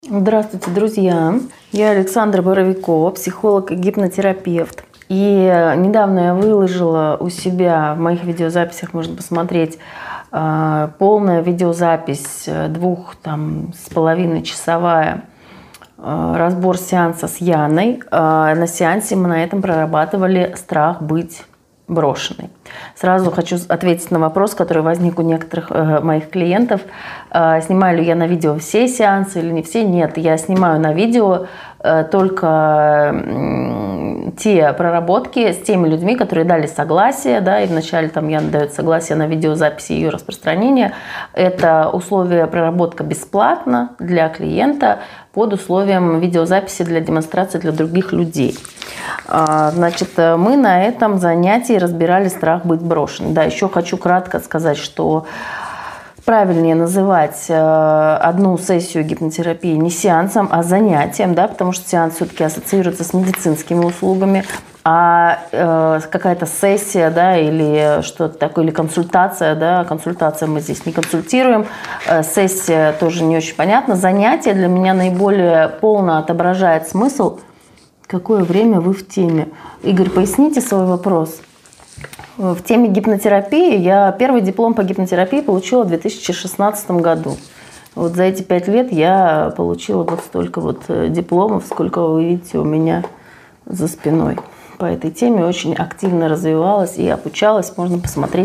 Здравствуйте, друзья! Я Александра Боровикова, психолог и гипнотерапевт. И недавно я выложила у себя, в моих видеозаписях можно посмотреть, полная видеозапись 2,5-часовая, разбор сеанса с Яной. На сеансе мы на этом прорабатывали страх быть брошенной. Сразу хочу ответить на вопрос, который возник у некоторых моих клиентов. Снимаю ли я на видео все сеансы или не все? Нет, я снимаю на видео только те проработки с теми людьми, которые дали согласие, да, и вначале там Яна дает согласие на видеозапись и ее распространение. Это условие проработка бесплатно для клиента под условием видеозаписи для демонстрации для других людей. Значит, мы на этом занятии разбирали страх быть брошенным. Да, еще хочу кратко сказать, что правильнее называть одну сессию гипнотерапии не сеансом, а занятием, да, потому что сеанс все-таки ассоциируется с медицинскими услугами, а какая-то сессия, да, или что-то такое, или консультация, да, консультация мы здесь не консультируем, сессия тоже не очень понятно. Занятие для меня наиболее полно отображает смысл, какое время вы в теме. Игорь, поясните свой вопрос. В теме гипнотерапии я первый диплом по гипнотерапии получила в 2016 году. Вот за эти 5 лет я получила вот столько вот дипломов, сколько вы видите у меня за спиной. По этой теме очень активно развивалась и обучалась. Можно посмотреть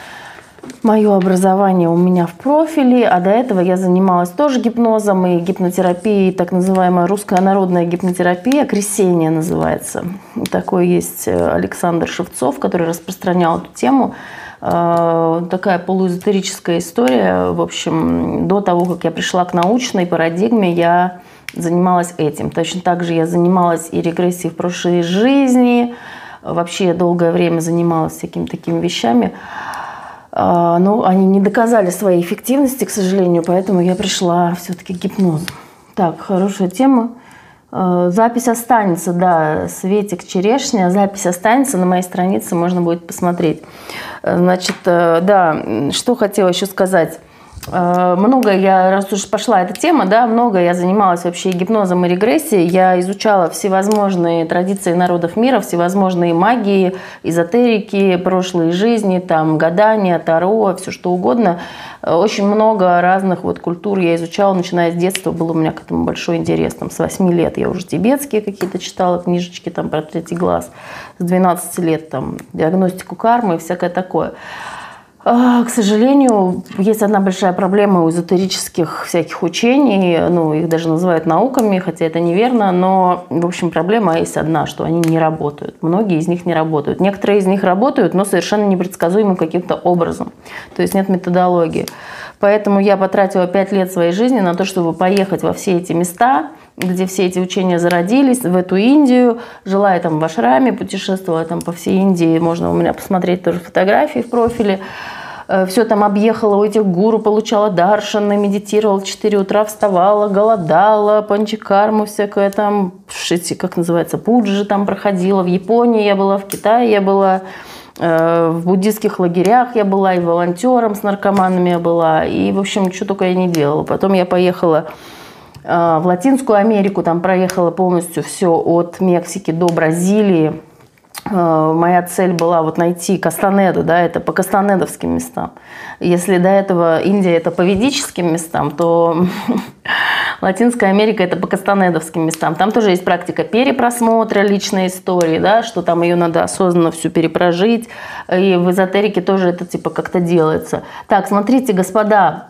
мое образование у меня в профиле, а до этого я занималась тоже гипнозом и гипнотерапией, так называемая русская народная гипнотерапия, крещение называется. Такой есть Александр Шевцов, который распространял эту тему. Такая полуэзотерическая история. В общем, до того, как я пришла к научной парадигме, я занималась этим. Точно так же я занималась и регрессией в прошлой жизни. Вообще я долгое время занималась всякими такими вещами. Но они не доказали своей эффективности, к сожалению, поэтому я пришла все-таки к гипнозу. Так, хорошая тема. Запись останется, да, Светик Черешня, запись останется на моей странице, можно будет посмотреть. Значит, да, что хотела еще сказать. Много я, раз уж пошла эта тема, да, много я занималась вообще гипнозом и регрессией. Я изучала всевозможные традиции народов мира, всевозможные магии, эзотерики, прошлые жизни, там, гадания, таро, все что угодно. Очень много разных вот культур я изучала, начиная с детства, был у меня к этому большой интерес. Там, с 8 лет я уже тибетские какие-то читала книжечки там, про третий глаз, с 12 лет там, диагностику кармы и всякое такое. К сожалению, есть одна большая проблема у эзотерических всяких учений, ну, их даже называют науками, хотя это неверно, но, в общем, проблема есть одна, что они не работают. Многие из них не работают. Некоторые из них работают, но совершенно непредсказуемым каким-то образом. То есть нет методологии. Поэтому я потратила 5 лет своей жизни на то, чтобы поехать во все эти места, где все эти учения зародились, в эту Индию. Жила я там в ашраме, путешествовала там по всей Индии. Можно у меня посмотреть тоже фотографии в профиле. Все там объехала у этих гуру, получала даршаны, медитировала, в 4 утра вставала, голодала, панчакарму всякое там, как называется, пуджи там проходила. В Японии я была, в Китае я была, в буддийских лагерях я была, и волонтером с наркоманами я была. И, в общем, что только я не делала. Потом я поехала в Латинскую Америку, там проехала полностью все от Мексики до Бразилии. Моя цель была вот найти Кастанеду, да, это по кастанедовским местам. Если до этого Индия это по ведическим местам, то Латинская Америка это по кастанедовским местам. Там тоже есть практика перепросмотра личной истории, да, что там ее надо осознанно всю перепрожить. И в эзотерике тоже это типа как-то делается. Так, смотрите, господа,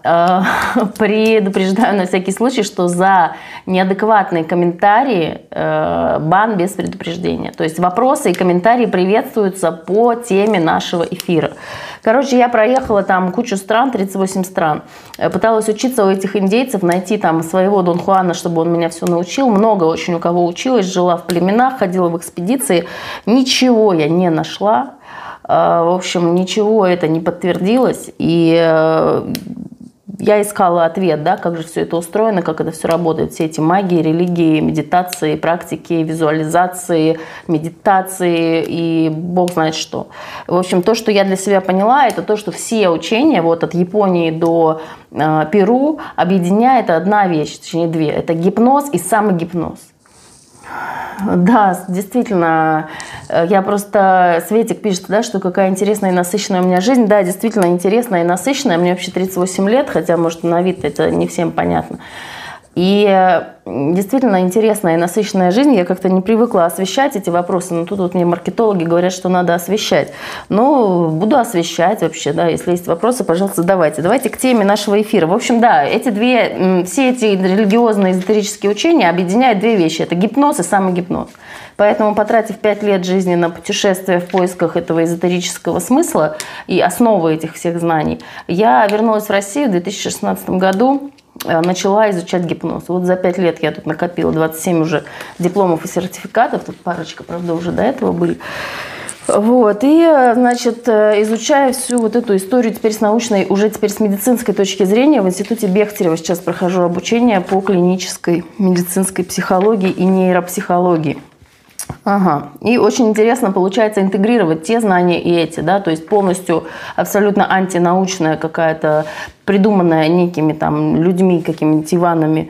предупреждаю на всякий случай, что за неадекватные комментарии бан без предупреждения. То есть вопросы и комментарии приветствуются по теме нашего эфира. Короче, я проехала там кучу стран, 38 стран. Пыталась учиться у этих индейцев, найти там своего Дон Хуана, чтобы он меня все научил. Много очень у кого училась, жила в племенах, ходила в экспедиции. Ничего я не нашла. В общем, ничего это не подтвердилось. И я искала ответ, да, как же все это устроено, как это все работает, все эти магии, религии, медитации, практики, визуализации, медитации и бог знает что. В общем, то, что я для себя поняла, это то, что все учения, вот от Японии до Перу, объединяет одна вещь, точнее две. Это гипноз и самогипноз. Да, действительно, я просто... Светик пишет, да, что какая интересная и насыщенная у меня жизнь. Да, действительно интересная и насыщенная. Мне вообще 38 лет, хотя, может, на вид это не всем понятно. И действительно интересная и насыщенная жизнь. Я как-то не привыкла освещать эти вопросы, но тут вот мне маркетологи говорят, что надо освещать. Ну, буду освещать вообще, да, если есть вопросы, пожалуйста, задавайте. Давайте к теме нашего эфира. В общем, да, все эти религиозные эзотерические учения объединяют две вещи. Это гипноз и самогипноз. Поэтому, потратив 5 лет жизни на путешествие в поисках этого эзотерического смысла и основы этих всех знаний, я вернулась в Россию в 2016 году, начала изучать гипноз. Вот за 5 лет я тут накопила 27 уже дипломов и сертификатов, тут парочка, правда, уже до этого были. Вот, и, значит, изучая всю вот эту историю теперь с научной, уже теперь с медицинской точки зрения, в Институте Бехтерева сейчас прохожу обучение по клинической медицинской психологии и нейропсихологии. Ага. И очень интересно получается интегрировать те знания и эти, да, то есть полностью абсолютно антинаучная какая-то, придуманная некими там людьми, какими-нибудь Иванами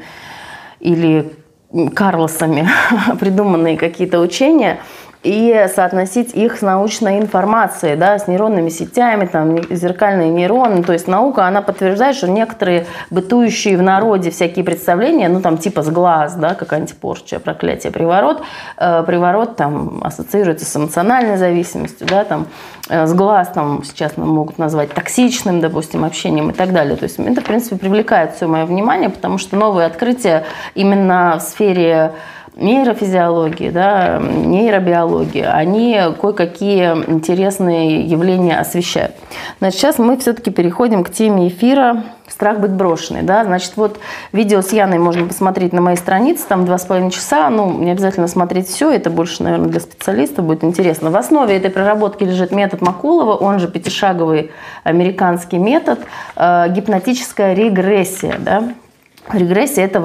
или Карлосами, придуманные какие-то учения, и соотносить их с научной информацией, да, с нейронными сетями, там, зеркальные нейроны. То есть наука, она подтверждает, что некоторые бытующие в народе всякие представления, ну, там, типа сглаз, да, какая-нибудь порча, проклятие, приворот. Приворот там ассоциируется с эмоциональной зависимостью, да, там, сглаз там сейчас нам могут назвать токсичным, допустим, общением и так далее. То есть это, в принципе, привлекает все мое внимание, потому что новые открытия именно в сфере нейрофизиологии, да, нейробиологии, они кое-какие интересные явления освещают. Значит, сейчас мы все-таки переходим к теме эфира «Страх быть брошенной». Да? Значит, вот видео с Яной можно посмотреть на моей странице, там 2,5 часа, ну, не обязательно смотреть все, это больше, наверное, для специалистов будет интересно. В основе этой проработки лежит метод Макулова, он же пятишаговый американский метод, гипнотическая регрессия. Да? Регрессия – это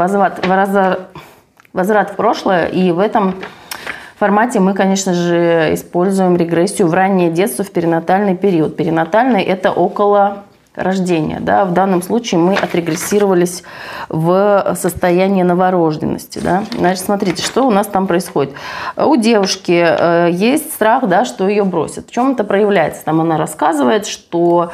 возврат в прошлое, и в этом формате мы, конечно же, используем регрессию в раннее детство, в перинатальный период. Перинатальный – это около рождения. Да? В данном случае мы отрегрессировались в состояние новорожденности. Да? Значит, смотрите, что у нас там происходит. У девушки есть страх, да, что ее бросят. В чем это проявляется? Там она рассказывает, что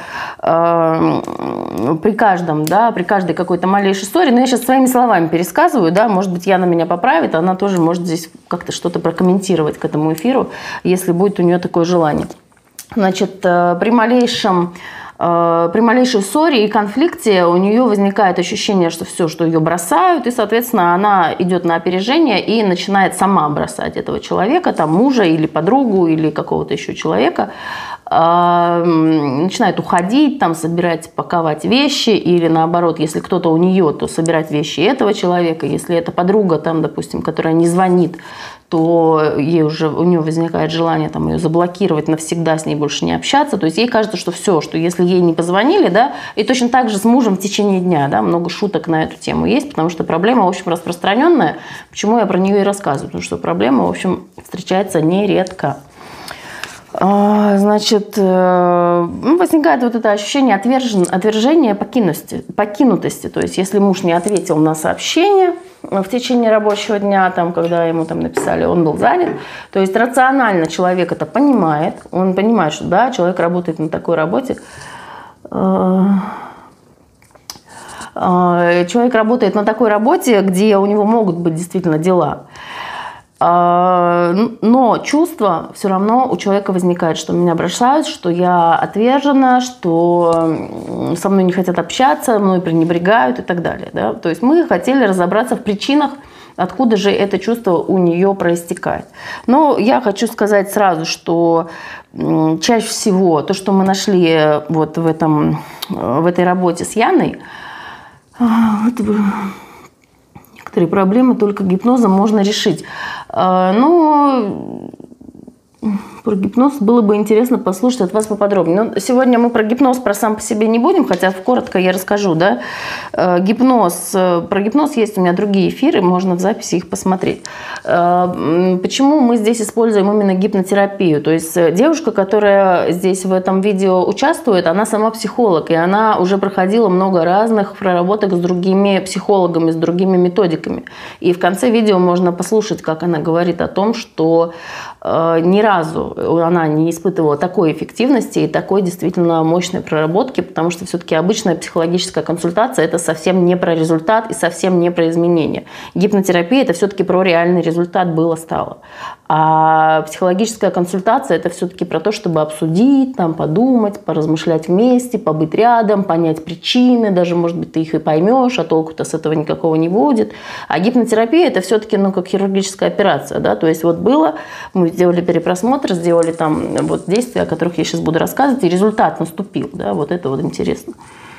при каждой какой-то малейшей ссоре, но я сейчас своими словами пересказываю, да, может быть, Яна меня поправит, она тоже может здесь как-то что-то прокомментировать к этому эфиру, если будет у нее такое желание. Значит, при малейшей ссоре и конфликте у нее возникает ощущение, что все, что ее бросают, и, соответственно, она идет на опережение и начинает сама бросать этого человека, там, мужа или подругу, или какого-то еще человека, начинает уходить, там, собирать, паковать вещи, или наоборот, если кто-то у нее, то собирать вещи этого человека, если это подруга, там, допустим, которая не звонит, то у нее возникает желание там, ее заблокировать навсегда, с ней больше не общаться. То есть ей кажется, что все, что если ей не позвонили, да, и точно так же с мужем в течение дня, да, много шуток на эту тему есть, потому что проблема, в общем, распространенная. Почему я про нее и рассказываю? Потому что проблема, в общем, встречается нередко. Значит, возникает вот это ощущение отвержения, покинутости. То есть, если муж не ответил на сообщение в течение рабочего дня, там, когда ему там написали, он был занят. То есть, рационально человек это понимает. Он понимает, что да, человек работает на такой работе. Человек работает на такой работе, где у него могут быть действительно дела. Но чувство все равно у человека возникает, что меня бросают, что я отвержена, что со мной не хотят общаться, мной пренебрегают и так далее. Да? То есть мы хотели разобраться в причинах, откуда же это чувство у нее проистекает. Но я хочу сказать сразу, что чаще всего то, что мы нашли вот в этой работе с Яной, некоторые проблемы только гипнозом можно решить. Но Про гипноз было бы интересно послушать от вас поподробнее. Но сегодня мы про гипноз про сам по себе не будем, хотя коротко я расскажу. Да? Про гипноз есть у меня другие эфиры, можно в записи их посмотреть. Почему мы здесь используем именно гипнотерапию? То есть девушка, которая здесь в этом видео участвует, она сама психолог, и она уже проходила много разных проработок с другими психологами, с другими методиками. И в конце видео можно послушать, как она говорит о том, что ни разу она не испытывала такой эффективности и такой действительно мощной проработки, потому что все-таки обычная психологическая консультация – это совсем не про результат и совсем не про изменения. Гипнотерапия – это все-таки про реальный результат было-стало. А психологическая консультация – это все-таки про то, чтобы обсудить, там, подумать, поразмышлять вместе, побыть рядом, понять причины, даже, может быть, ты их и поймешь, а толку-то с этого никакого не будет. А гипнотерапия – это все-таки, как хирургическая операция, да, то есть вот было, мы сделали перепросмотр, сделали там вот действия, о которых я сейчас буду рассказывать, и результат наступил, да, вот это вот интересно.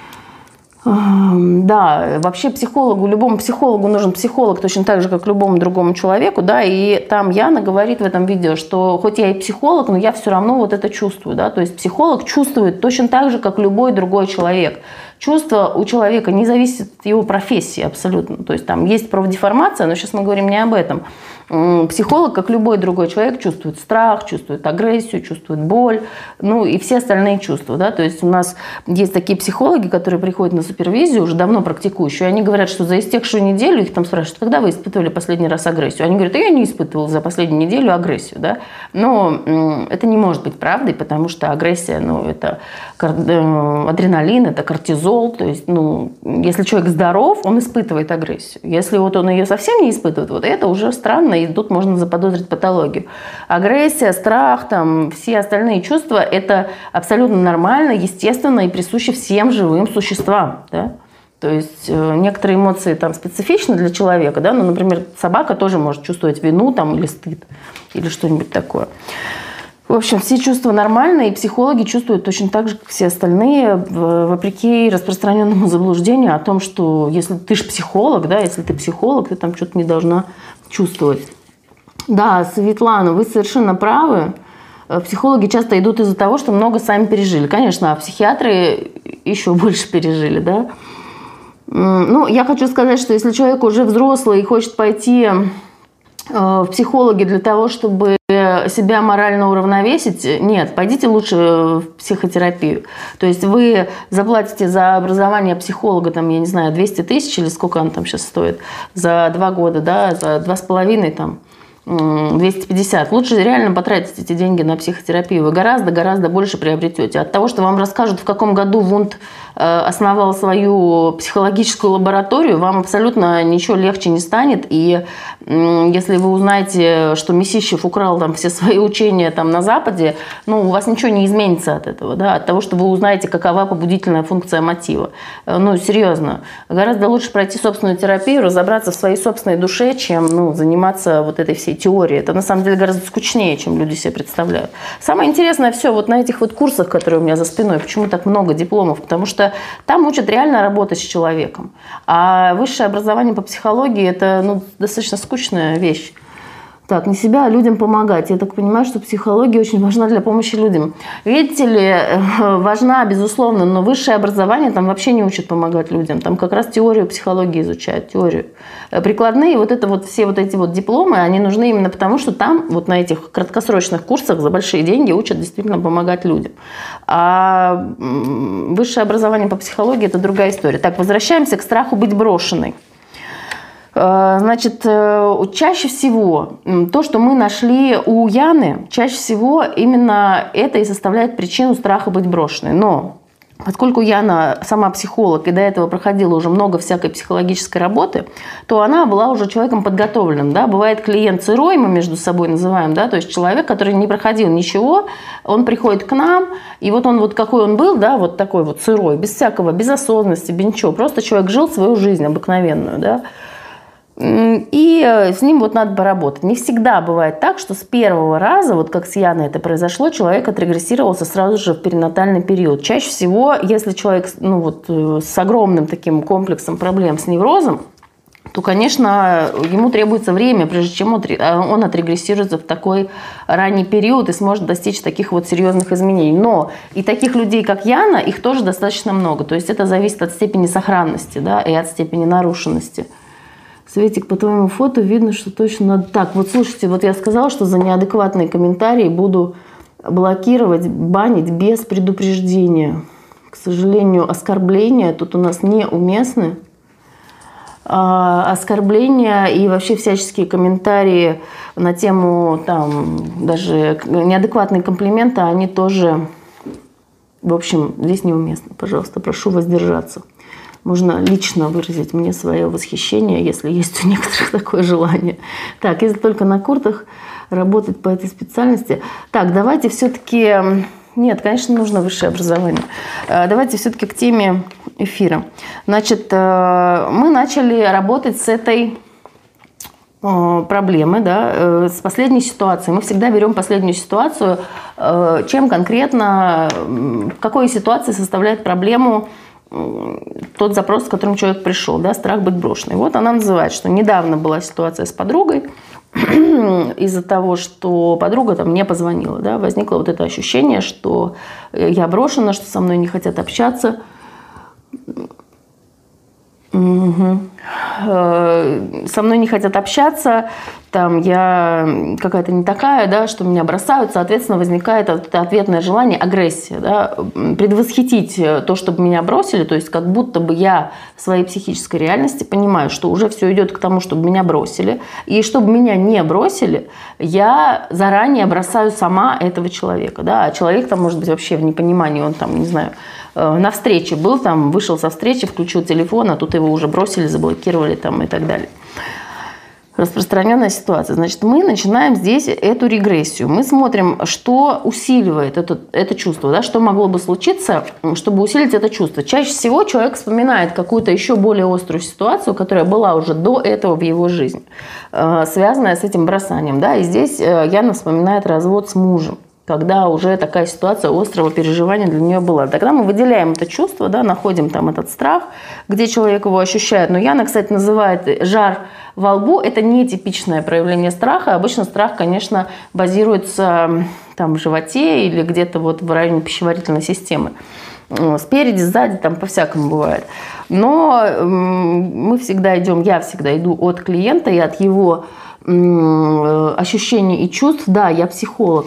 Да, вообще любому психологу нужен психолог точно так же, как любому другому человеку, да, и там Яна говорит в этом видео, что хоть я и психолог, но я все равно вот это чувствую, да, то есть психолог чувствует точно так же, как любой другой человек. Чувство у человека не зависит от его профессии абсолютно, то есть там есть профдеформация, но сейчас мы говорим не об этом. Психолог, как любой другой человек, чувствует страх, чувствует агрессию, чувствует боль, ну и все остальные чувства. Да? То есть у нас есть такие психологи, которые приходят на супервизию, уже давно практикующие, и они говорят, что за истекшую неделю, их там спрашивают, когда вы испытывали последний раз агрессию? Они говорят, я не испытывал за последнюю неделю агрессию. Да? Но это не может быть правдой, потому что агрессия, это адреналин, это кортизол. То есть, если человек здоров, он испытывает агрессию. Если вот он ее совсем не испытывает, вот это уже странно, и тут можно заподозрить патологию. Агрессия, страх, все остальные чувства – это абсолютно нормально, естественно и присуще всем живым существам. Да? То есть некоторые эмоции специфичны для человека. Да? Например, собака тоже может чувствовать вину или стыд, или что-нибудь такое. В общем, все чувства нормальные, и психологи чувствуют точно так же, как все остальные, вопреки распространенному заблуждению о том, что если ты же психолог, да, если ты психолог, ты там что-то не должна чувствовать. Да, Светлана, вы совершенно правы. Психологи часто идут из-за того, что много сами пережили. Конечно, а психиатры еще больше пережили, да. Я хочу сказать, что если человек уже взрослый и хочет пойти в психологи для того, чтобы себя морально уравновесить, нет, пойдите лучше в психотерапию. То есть вы заплатите за образование психолога, 200 тысяч или сколько он там сейчас стоит, за 2 года, да, за 2,5 250. Лучше реально потратить эти деньги на психотерапию. Вы гораздо больше приобретете. От того, что вам расскажут, в каком году Вундт основал свою психологическую лабораторию, вам абсолютно ничего легче не станет. И если вы узнаете, что Месищев украл все свои учения на Западе, у вас ничего не изменится от этого. Да? От того, что вы узнаете, какова побудительная функция мотива. Серьезно. Гораздо лучше пройти собственную терапию, разобраться в своей собственной душе, чем заниматься вот этой всей теорией. Это на самом деле гораздо скучнее, чем люди себе представляют. Самое интересное все вот на этих курсах, которые у меня за спиной. Почему так много дипломов? Потому что там учат реально работать с человеком. А высшее образование по психологии – это достаточно скучная вещь. Так, не себя, а людям помогать. Я так понимаю, что психология очень важна для помощи людям. Видите ли, важна, безусловно, но высшее образование там вообще не учат помогать людям. Там как раз теорию психологии изучают, теорию. Прикладные все эти дипломы, они нужны именно потому, что там на этих краткосрочных курсах за большие деньги учат действительно помогать людям. А высшее образование по психологии – это другая история. Так, возвращаемся к страху быть брошенной. Значит, чаще всего то, что мы нашли у Яны, чаще всего именно это и составляет причину страха быть брошенной. Но поскольку Яна сама психолог и до этого проходила уже много всякой психологической работы, то она была уже человеком подготовленным. Да? Бывает клиент сырой, мы между собой называем, да? То есть человек, который не проходил ничего, он приходит к нам, и он какой он был, да, такой сырой, без всякого, без осознанности, без ничего. Просто человек жил свою жизнь обыкновенную, да. И с ним надо поработать. Не всегда бывает так, что с первого раза, как с Яной это произошло, человек отрегрессировался сразу же в перинатальный период. Чаще всего, если человек с огромным таким комплексом проблем с неврозом, то, конечно, ему требуется время, прежде чем он отрегрессируется в такой ранний период и сможет достичь таких вот серьезных изменений. Но и таких людей, как Яна, их тоже достаточно много. То есть это зависит от степени сохранности, да, и от степени нарушенности. Светик, по твоему фото видно, что точно надо... Так, вот слушайте, вот я сказала, что за неадекватные комментарии буду блокировать, банить без предупреждения. К сожалению, оскорбления тут у нас неуместны. Оскорбления и вообще всяческие комментарии на тему там даже неадекватные комплименты, они тоже, в общем, здесь неуместны. Пожалуйста, прошу воздержаться. Можно лично выразить мне свое восхищение, если есть у некоторых такое желание. Так, если только на курсах работать по этой специальности. Так, давайте все-таки... Нет, конечно, нужно высшее образование. Давайте все-таки к теме эфира. Значит, мы начали работать с этой проблемой, да, с последней ситуацией. Мы всегда берем последнюю ситуацию, чем конкретно, в какой ситуации составляет проблему тот запрос, с которым человек пришел, да, страх быть брошенной. Вот она называет, что недавно была ситуация с подругой, из-за того, что подруга там не позвонила, да, возникло вот это ощущение, что я брошена, что со мной не хотят общаться. Со мной не хотят общаться, там я какая-то не такая, да, что меня бросают, соответственно, возникает ответное желание, агрессия, да, предвосхитить то, чтобы меня бросили, то есть как будто бы я в своей психической реальности понимаю, что уже все идет к тому, чтобы меня бросили, и чтобы меня не бросили, я заранее бросаю сама этого человека, да, а человек там может быть вообще в непонимании, он там, не знаю, на встрече был, там, вышел со встречи, включил телефон, а тут его уже бросили, заблокировали там, и так далее. Распространенная ситуация. Значит, мы начинаем здесь эту регрессию. Мы смотрим, что усиливает это чувство, да, что могло бы случиться, чтобы усилить это чувство. Чаще всего человек вспоминает какую-то еще более острую ситуацию, которая была уже до этого в его жизни, связанная с этим бросанием. Да, и здесь Яна вспоминает развод с мужем, когда уже такая ситуация острого переживания для нее была. Тогда мы выделяем это чувство, да, находим там этот страх, где человек его ощущает. Но Яна, кстати, называет жар во лбу. Это не типичное проявление страха. Обычно страх, конечно, базируется там в животе или где-то вот в районе пищеварительной системы. Спереди, сзади, там по-всякому бывает. Но мы всегда идем, я всегда иду от клиента и от его ощущений и чувств. Да, я психолог.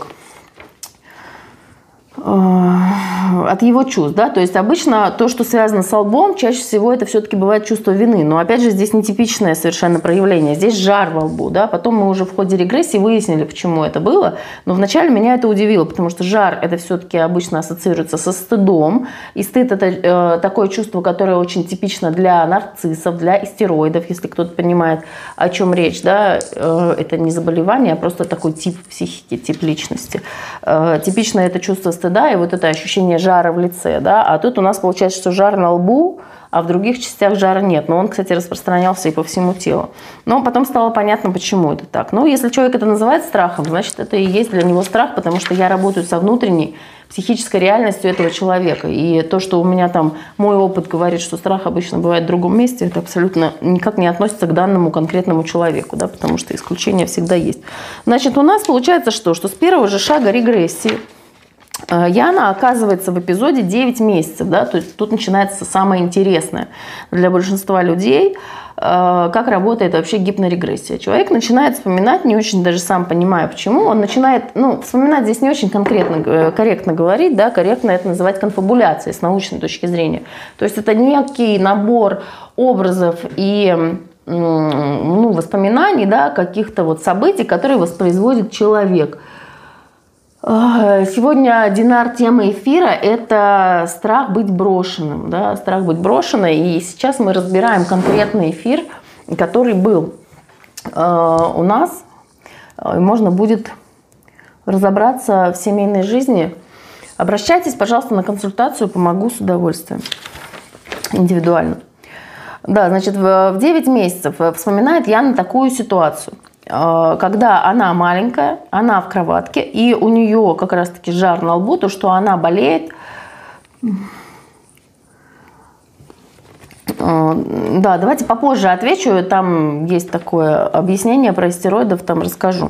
От его чувств, да, то есть обычно то, что связано с лбом, чаще всего это все-таки бывает чувство вины, но опять же здесь нетипичное совершенно проявление, здесь жар во лбу, да, потом мы уже в ходе регрессии выяснили, почему это было, но вначале меня это удивило, потому что жар это все-таки обычно ассоциируется со стыдом, и стыд это такое чувство, которое очень типично для нарциссов, для истероидов, если кто-то понимает, о чем речь, да, это не заболевание, а просто такой тип психики, тип личности. Типично это чувство стыда и вот это ощущение жара в лице, да, а тут у нас получается, что жар на лбу, а в других частях жара нет, но он, кстати, распространялся и по всему телу. Но потом стало понятно, почему это так. Ну, если человек это называет страхом, значит, это и есть для него страх, потому что я работаю со внутренней психической реальностью этого человека. И то, что у меня там мой опыт говорит, что страх обычно бывает в другом месте, это абсолютно никак не относится к данному конкретному человеку, да, потому что исключения всегда есть. Значит, у нас получается что? Что с первого же шага регрессии Яна оказывается в эпизоде 9 месяцев, да, то есть тут начинается самое интересное для большинства людей, как работает вообще гипнорегрессия. Человек начинает вспоминать, не очень даже сам понимая почему, он начинает, ну, вспоминать здесь не очень корректно говорить, да, корректно это называть конфабуляцией с научной точки зрения. То есть это некий набор образов и воспоминаний, да, каких-то вот событий, которые воспроизводит человек. Сегодня, Динар, тема эфира – это страх быть брошенным. Да? Страх быть брошенной. И сейчас мы разбираем конкретный эфир, который был у нас. И можно будет разобраться в семейной жизни. Обращайтесь, пожалуйста, на консультацию, помогу с удовольствием. Индивидуально. Да, значит, в 9 месяцев вспоминает Яна такую ситуацию. Когда она маленькая, она в кроватке, и у нее как раз-таки жар на лбу, то, что она болеет. Да, давайте попозже отвечу. Там есть такое объяснение про стероидов, там расскажу.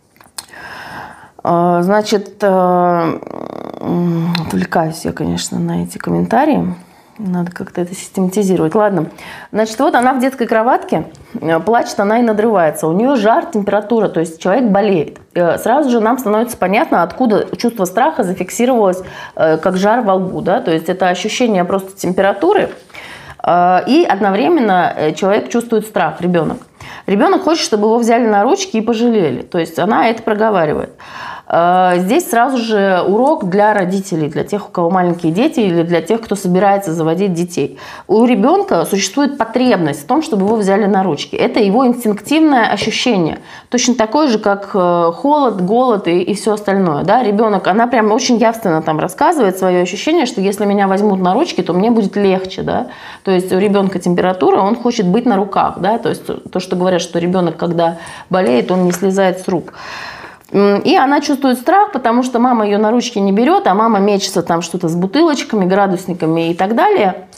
Значит, отвлекаюсь я, конечно, на эти комментарии. Надо как-то это систематизировать. Ладно. Значит, вот она в детской кроватке, плачет она и надрывается. У нее жар, температура, то есть человек болеет. Сразу же нам становится понятно, откуда чувство страха зафиксировалось как жар во лбу. Да? То есть это ощущение просто температуры. И одновременно человек чувствует страх, ребенок. Ребенок хочет, чтобы его взяли на ручки и пожалели. То есть она это проговаривает. Здесь сразу же урок для родителей, для тех, у кого маленькие дети, или для тех, кто собирается заводить детей. У ребенка существует потребность в том, чтобы его взяли на ручки. Это его инстинктивное ощущение. Точно такое же, как холод, голод и все остальное. Да? Ребенок, она прям очень явственно там рассказывает свое ощущение, что если меня возьмут на ручки, то мне будет легче. Да? То есть у ребенка температура, он хочет быть на руках. Да? То есть то, что говорят, что ребенок, когда болеет, он не слезает с рук. И она чувствует страх, потому что мама ее на ручки не берет, а мама мечется там что-то с бутылочками, градусниками и так далее.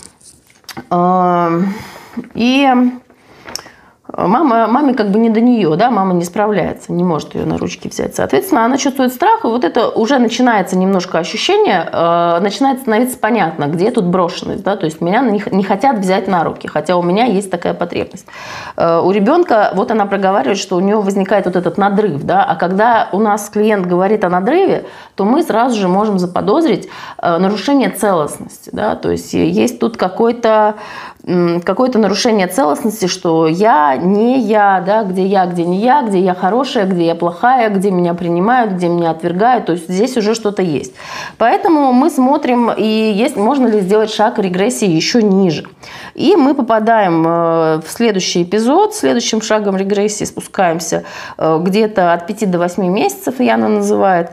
И маме как бы не до нее, да, мама не справляется, не может ее на ручки взять. Соответственно, она чувствует страх, и вот это уже начинается немножко ощущение, начинает становиться понятно, где тут брошенность, да, то есть меня не хотят взять на руки, хотя у меня есть такая потребность. У ребенка, вот она проговаривает, что у нее возникает вот этот надрыв, да, а когда у нас клиент говорит о надрыве, то мы сразу же можем заподозрить нарушение целостности, да, то есть есть тут какое-то нарушение целостности, что я, не я, да, где не я, где я хорошая, где я плохая, где меня принимают, где меня отвергают, то есть здесь уже что-то есть. Поэтому мы смотрим, и можно ли сделать шаг регрессии еще ниже. И мы попадаем в следующий эпизод, следующим шагом регрессии спускаемся где-то от 5 до 8 месяцев, Яна называет,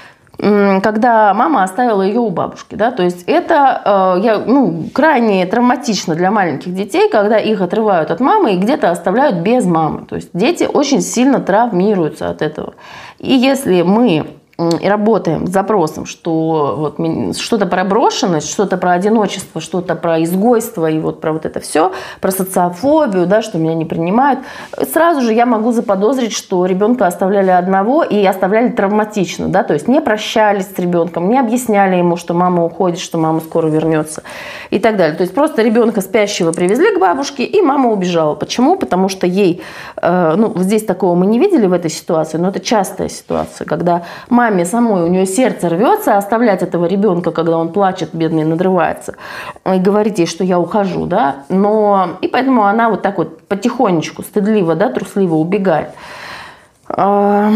когда мама оставила ее у бабушки. Да? То есть это крайне травматично для маленьких детей, когда их отрывают от мамы и где-то оставляют без мамы. То есть дети очень сильно травмируются от этого. И если мы работаем с запросом, что вот что-то про брошенность, что-то про одиночество, что-то про изгойство и вот про вот это все, про социофобию, да, что меня не принимают, сразу же я могу заподозрить, что ребенка оставляли одного и оставляли травматично, да, то есть не прощались с ребенком, не объясняли ему, что мама уходит, что мама скоро вернется и так далее. То есть просто ребенка спящего привезли к бабушке, и мама убежала. Почему? Потому что ей, здесь такого мы не видели в этой ситуации, но это частая ситуация, когда маме самой, у нее сердце рвется оставлять этого ребенка, когда он плачет, бедный, надрывается, и говорить ей, что я ухожу, да, и поэтому она вот так вот потихонечку, стыдливо, да, трусливо убегает. Это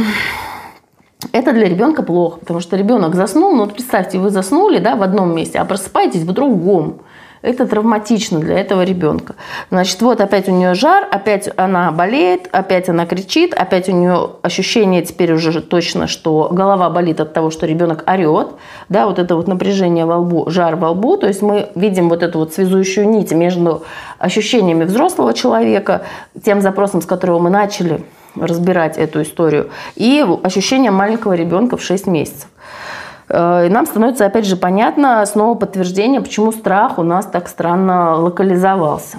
для ребенка плохо, потому что ребенок заснул, вот представьте, вы заснули, да, в одном месте, а просыпаетесь в другом. Это травматично для этого ребенка. Значит, вот опять у нее жар, опять она болеет, опять она кричит, опять у нее ощущение теперь уже точно, что голова болит от того, что ребенок орет. Да, вот это вот напряжение во лбу, жар во лбу. То есть мы видим вот эту вот связующую нить между ощущениями взрослого человека, тем запросом, с которого мы начали разбирать эту историю, и ощущением маленького ребенка в 6 месяцев. И нам становится, опять же, понятно, снова подтверждение, почему страх у нас так странно локализовался.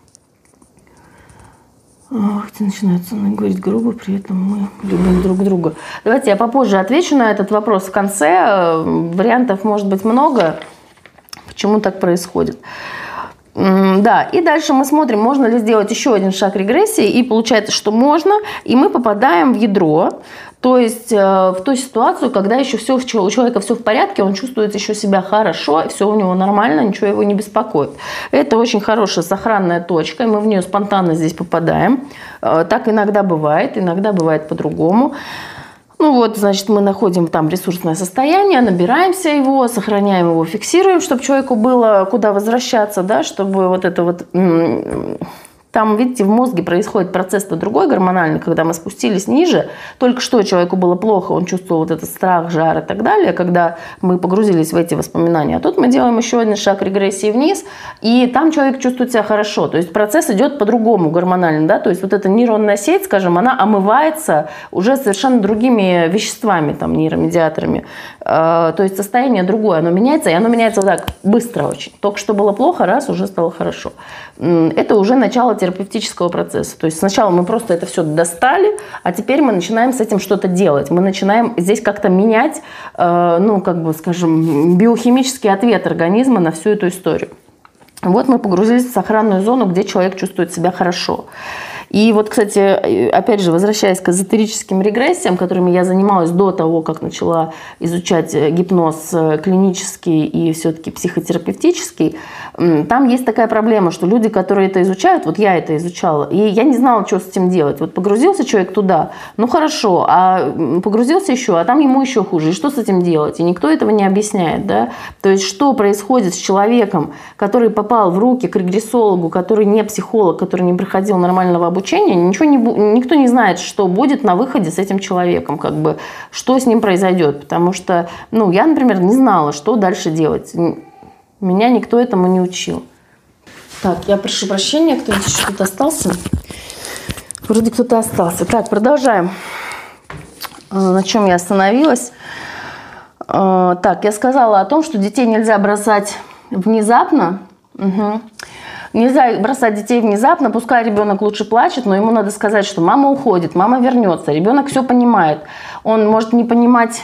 Хотя начинают со мной говорить грубо, при этом мы любим друг друга. Давайте я попозже отвечу на этот вопрос в конце. Вариантов может быть много, почему так происходит. Да, и дальше мы смотрим, можно ли сделать еще один шаг регрессии, и получается, что можно, и мы попадаем в ядро, то есть в ту ситуацию, когда еще все, у человека все в порядке, он чувствует еще себя хорошо, все у него нормально, ничего его не беспокоит. Это очень хорошая сохранная точка, и мы в нее спонтанно здесь попадаем. Так иногда бывает по-другому. Значит, мы находим там ресурсное состояние, набираемся его, сохраняем его, фиксируем, чтобы человеку было куда возвращаться, да, чтобы вот это вот Там, видите, в мозге происходит процесс-то другой гормональный, когда мы спустились ниже. Только что человеку было плохо, он чувствовал вот этот страх, жар и так далее, когда мы погрузились в эти воспоминания. А тут мы делаем еще один шаг регрессии вниз, и там человек чувствует себя хорошо. То есть процесс идет по-другому гормонально, да, то есть вот эта нейронная сеть, скажем, она омывается уже совершенно другими веществами, там, нейромедиаторами. То есть состояние другое, оно меняется, и оно меняется вот так быстро очень. Только что было плохо, раз, уже стало хорошо. Это уже начало терапевтического процесса. То есть сначала мы просто это все достали, а теперь мы начинаем с этим что-то делать. Мы начинаем здесь как-то менять, ну, как бы, скажем, биохимический ответ организма на всю эту историю. Вот мы погрузились в сохранную зону, где человек чувствует себя хорошо. И вот, кстати, опять же, возвращаясь к эзотерическим регрессиям, которыми я занималась до того, как начала изучать гипноз клинический и все-таки психотерапевтический, там есть такая проблема, что люди, которые это изучают, вот я это изучала, и я не знала, что с этим делать. Вот погрузился человек туда, ну хорошо, а погрузился еще, а там ему еще хуже. И что с этим делать? И никто этого не объясняет, да? То есть что происходит с человеком, который попал в руки к регрессологу, который не психолог, который не проходил нормального обучения, никто не знает, что будет на выходе с этим человеком, как бы, что с ним произойдет. Потому что, ну, я, например, не знала, что дальше делать. Меня никто этому не учил. Так, я прошу прощения, кто-нибудь еще тут остался? Вроде кто-то остался. Так, продолжаем. На чем я остановилась? Так, я сказала о том, что детей нельзя бросать внезапно. Угу. Нельзя бросать детей внезапно, пускай ребенок лучше плачет, но ему надо сказать, что мама уходит, мама вернется. Ребенок все понимает. Он может не понимать...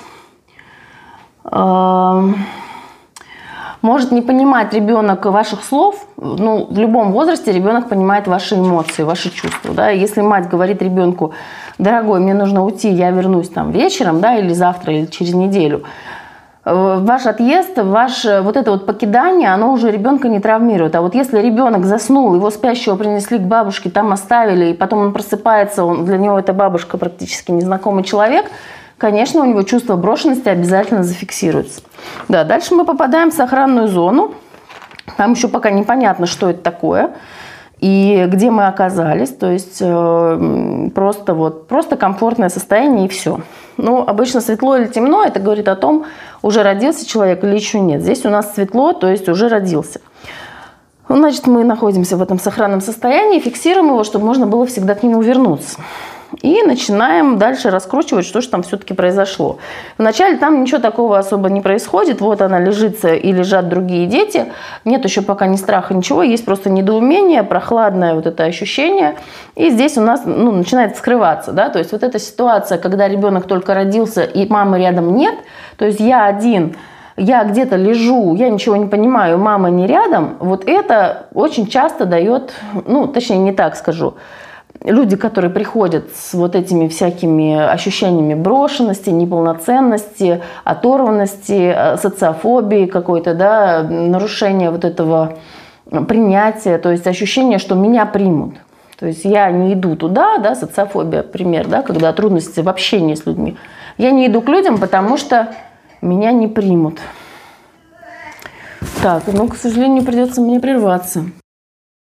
Может не понимать ребенок ваших слов, ну, в любом возрасте ребенок понимает ваши эмоции, ваши чувства. Да? Если мать говорит ребенку: дорогой, мне нужно уйти, я вернусь там вечером, да, или завтра, или через неделю, ваш отъезд, ваше вот это вот покидание, оно уже ребенка не травмирует. А вот если ребенок заснул, его спящего принесли к бабушке, там оставили, и потом он просыпается, для него эта бабушка практически незнакомый человек, конечно, у него чувство брошенности обязательно зафиксируется. Да, дальше мы попадаем в сохранную зону. Там еще пока непонятно, что это такое и где мы оказались. То есть просто комфортное состояние и все. Ну, обычно светло или темно, это говорит о том, уже родился человек или еще нет. Здесь у нас светло, то есть уже родился. Значит, мы находимся в этом сохранном состоянии, фиксируем его, чтобы можно было всегда к нему вернуться. И начинаем дальше раскручивать, что же там все-таки произошло. Вначале там ничего такого особо не происходит. Вот она лежит и лежат другие дети. Нет еще пока ни страха, ничего. Есть просто недоумение, прохладное вот это ощущение. И здесь у нас начинает вскрываться. Да? То есть вот эта ситуация, когда ребенок только родился и мамы рядом нет. То есть я один, я где-то лежу, я ничего не понимаю, мама не рядом. Вот это очень часто дает, точнее не так скажу, люди, которые приходят с вот этими всякими ощущениями брошенности, неполноценности, оторванности, социофобии какой-то, да, нарушения вот этого принятия, то есть ощущение, что меня примут. То есть я не иду туда, да, социофобия, пример, да, когда трудности в общении с людьми. Я не иду к людям, потому что меня не примут. Так, к сожалению, придется мне прерваться.